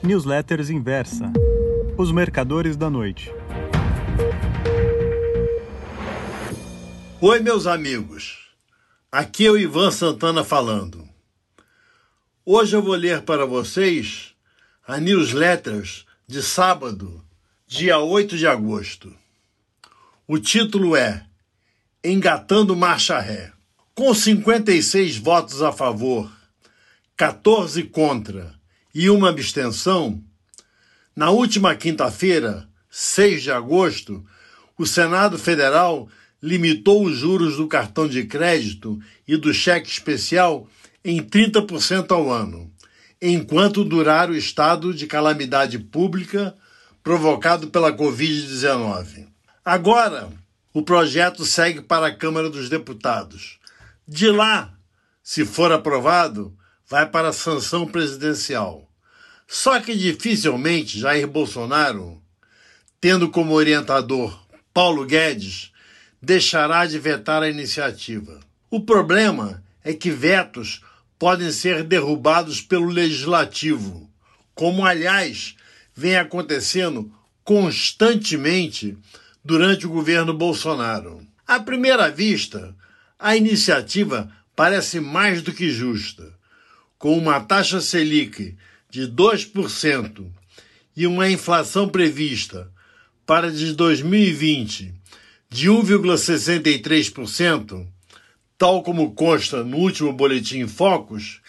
Newsletters Inversa. Os Mercadores da Noite. Oi, meus amigos. Aqui é o Ivan Santana falando. Hoje eu vou ler para vocês a Newsletters de sábado, dia 8 de agosto. O título é Engatando Marcha Ré. Com 56 votos a favor, 14 contra e uma abstenção, na última quinta-feira, 6 de agosto, o Senado Federal limitou os juros do cartão de crédito e do cheque especial em 30% ao ano, enquanto durar o estado de calamidade pública provocado pela Covid-19. Agora, o projeto segue para a Câmara dos Deputados. De lá, se for aprovado, vai para a sanção presidencial. Só que dificilmente Jair Bolsonaro, tendo como orientador Paulo Guedes, deixará de vetar a iniciativa. O problema é que vetos podem ser derrubados pelo Legislativo, como, aliás, vem acontecendo constantemente durante o governo Bolsonaro. À primeira vista, a iniciativa parece mais do que justa. Com uma taxa Selic de 2% e uma inflação prevista para de 2020 de 1,63%, tal como consta no último Boletim Focus,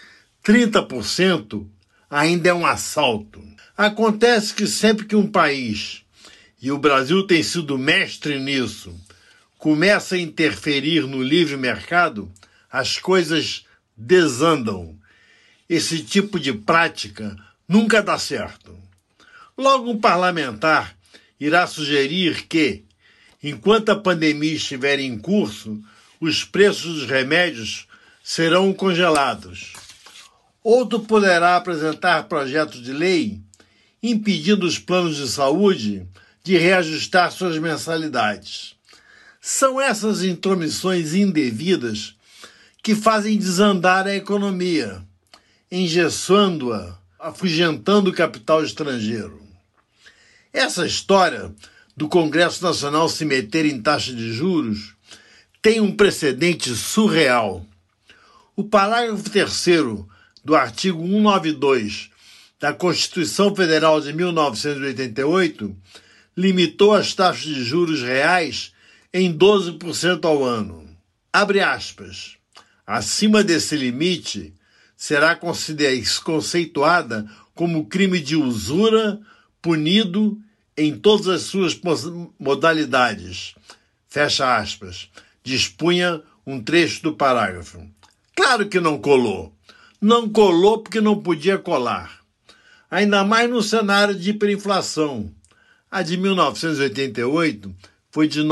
30% ainda é um assalto. Acontece que sempre que um país, e o Brasil tem sido mestre nisso, começa a interferir no livre mercado, as coisas desandam. Esse tipo de prática nunca dá certo. Logo, um parlamentar irá sugerir que, enquanto a pandemia estiver em curso, os preços dos remédios serão congelados. Outro poderá apresentar projetos de lei impedindo os planos de saúde de reajustar suas mensalidades. São essas intromissões indevidas que fazem desandar a economia, engessando-a, afugentando o capital estrangeiro. Essa história do Congresso Nacional se meter em taxa de juros tem um precedente surreal. O parágrafo 3º do artigo 192 da Constituição Federal de 1988 limitou as taxas de juros reais em 12% ao ano. Abre aspas. Acima desse limite, será conceituada como crime de usura, punido em todas as suas modalidades. Fecha aspas. Dispunha um trecho do parágrafo. Claro que não colou. Não colou porque não podia colar. Ainda mais no cenário de hiperinflação. A de 1988 foi de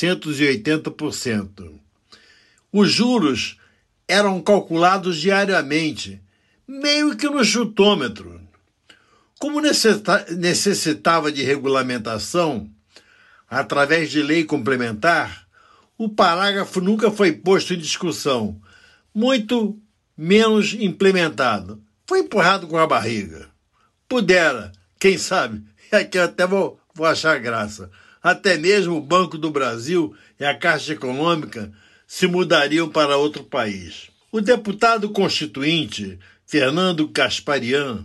980%. Os juros eram calculados diariamente, meio que no chutômetro. Como necessitava de regulamentação, através de lei complementar, o parágrafo nunca foi posto em discussão, muito menos implementado. Foi empurrado com a barriga. Pudera, quem sabe, e aqui eu até vou achar graça, até mesmo o Banco do Brasil e a Caixa Econômica se mudariam para outro país. O deputado constituinte Fernando Gasparian,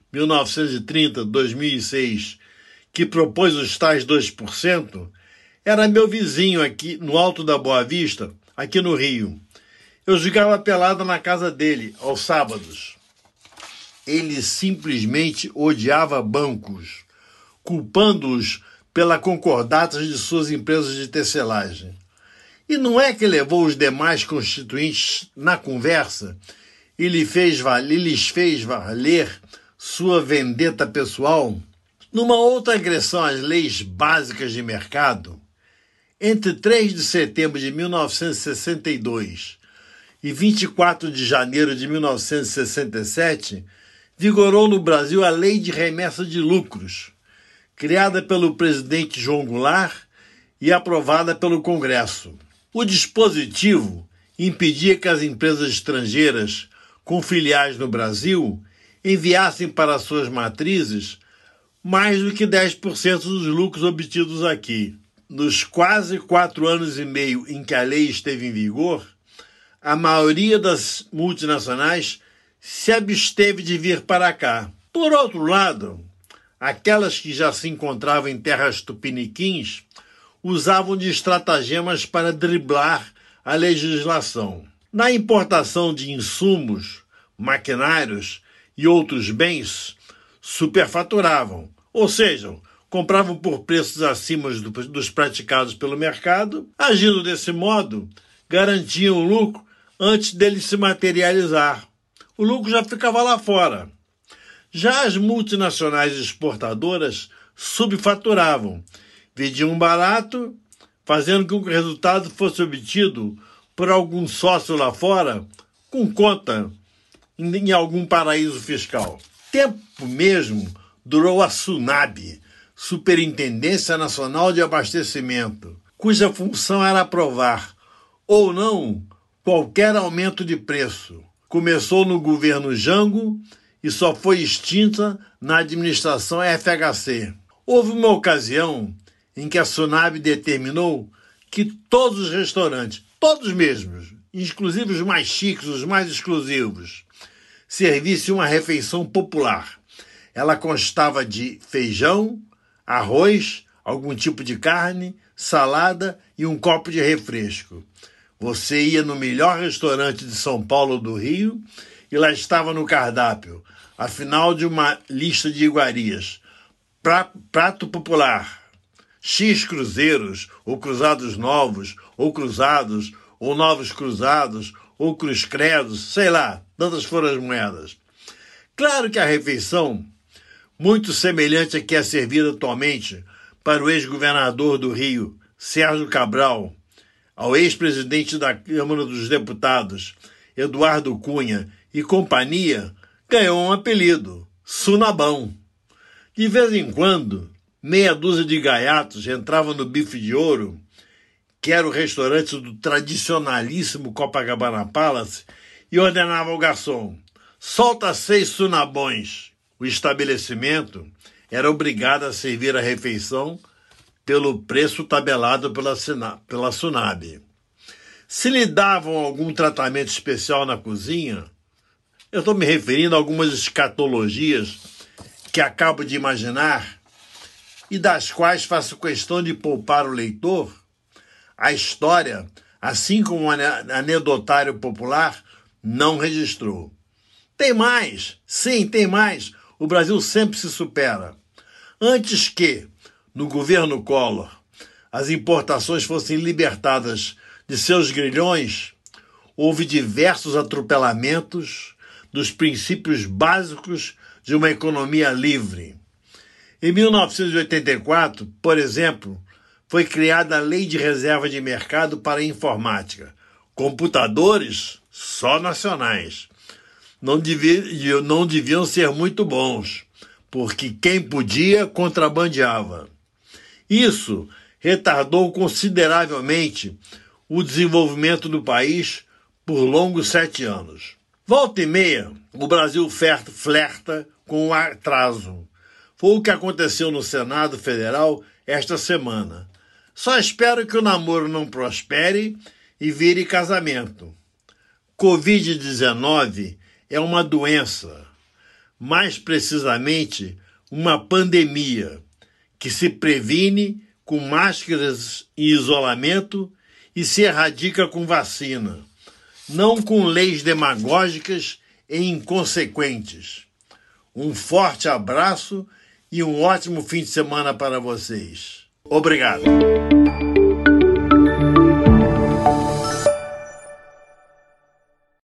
1930-2006, que propôs os tais 2%, era meu vizinho aqui no Alto da Boa Vista, aqui no Rio. Eu jogava pelada na casa dele, aos sábados. Ele simplesmente odiava bancos, culpando-os pela concordata de suas empresas de tecelagem. E não é que levou os demais constituintes na conversa e lhes fez valer sua vendetta pessoal? Numa outra agressão às leis básicas de mercado, entre 3 de setembro de 1962 e 24 de janeiro de 1967, vigorou no Brasil a Lei de Remessa de Lucros, criada pelo presidente João Goulart e aprovada pelo Congresso. O dispositivo impedia que as empresas estrangeiras com filiais no Brasil enviassem para suas matrizes mais do que 10% dos lucros obtidos aqui. Nos quase 4 anos e meio em que a lei esteve em vigor, a maioria das multinacionais se absteve de vir para cá. Por outro lado, aquelas que já se encontravam em terras tupiniquins usavam de estratagemas para driblar a legislação. Na importação de insumos, maquinários e outros bens, superfaturavam, ou seja, compravam por preços acima dos praticados pelo mercado. Agindo desse modo, garantiam o lucro antes dele se materializar. O lucro já ficava lá fora. Já as multinacionais exportadoras subfaturavam, vendiam barato, fazendo com que o resultado fosse obtido por algum sócio lá fora com conta em algum paraíso fiscal. Tempo mesmo durou a SUNAB, Superintendência Nacional de Abastecimento, cuja função era aprovar, ou não, qualquer aumento de preço. Começou no governo Jango e só foi extinta na administração FHC. Houve uma ocasião em que a SUNAB determinou que todos os restaurantes, todos mesmos, inclusive os mais chiques, os mais exclusivos, servissem uma refeição popular. Ela constava de feijão, arroz, algum tipo de carne, salada e um copo de refresco. Você ia no melhor restaurante de São Paulo ou do Rio e lá estava no cardápio, afinal de uma lista de iguarias, prato popular, X cruzeiros, ou cruzados novos, ou cruzados, ou novos cruzados, ou cruz credos, sei lá, tantas foram as moedas. Claro que a refeição, muito semelhante à que é servida atualmente para o ex-governador do Rio, Sérgio Cabral, ao ex-presidente da Câmara dos Deputados, Eduardo Cunha e companhia, ganhou um apelido, Sunabão. De vez em quando, meia dúzia de gaiatos entravam no Bife de Ouro, que era o restaurante do tradicionalíssimo Copacabana Palace, e ordenava ao garçom: solta 6 sunabões. O estabelecimento era obrigado a servir a refeição pelo preço tabelado pela SUNAB. Se lhe davam algum tratamento especial na cozinha, eu estou me referindo a algumas escatologias que acabo de imaginar e das quais faço questão de poupar o leitor, a história, assim como o anedotário popular, não registrou. Tem mais, sim, tem mais. O Brasil sempre se supera. Antes que, no governo Collor, as importações fossem libertadas de seus grilhões, houve diversos atropelamentos dos princípios básicos de uma economia livre. Em 1984, por exemplo, foi criada a Lei de Reserva de Mercado para a Informática. Computadores só nacionais. Não deviam ser muito bons, porque quem podia contrabandeava. Isso retardou consideravelmente o desenvolvimento do país por longos 7 anos. Volta e meia, o Brasil flerta com o atraso. Foi o que aconteceu no Senado Federal esta semana. Só espero que o namoro não prospere e vire casamento. Covid-19 é uma doença, mais precisamente uma pandemia, que se previne com máscaras e isolamento e se erradica com vacina, não com leis demagógicas e inconsequentes. Um forte abraço e um ótimo fim de semana para vocês. Obrigado.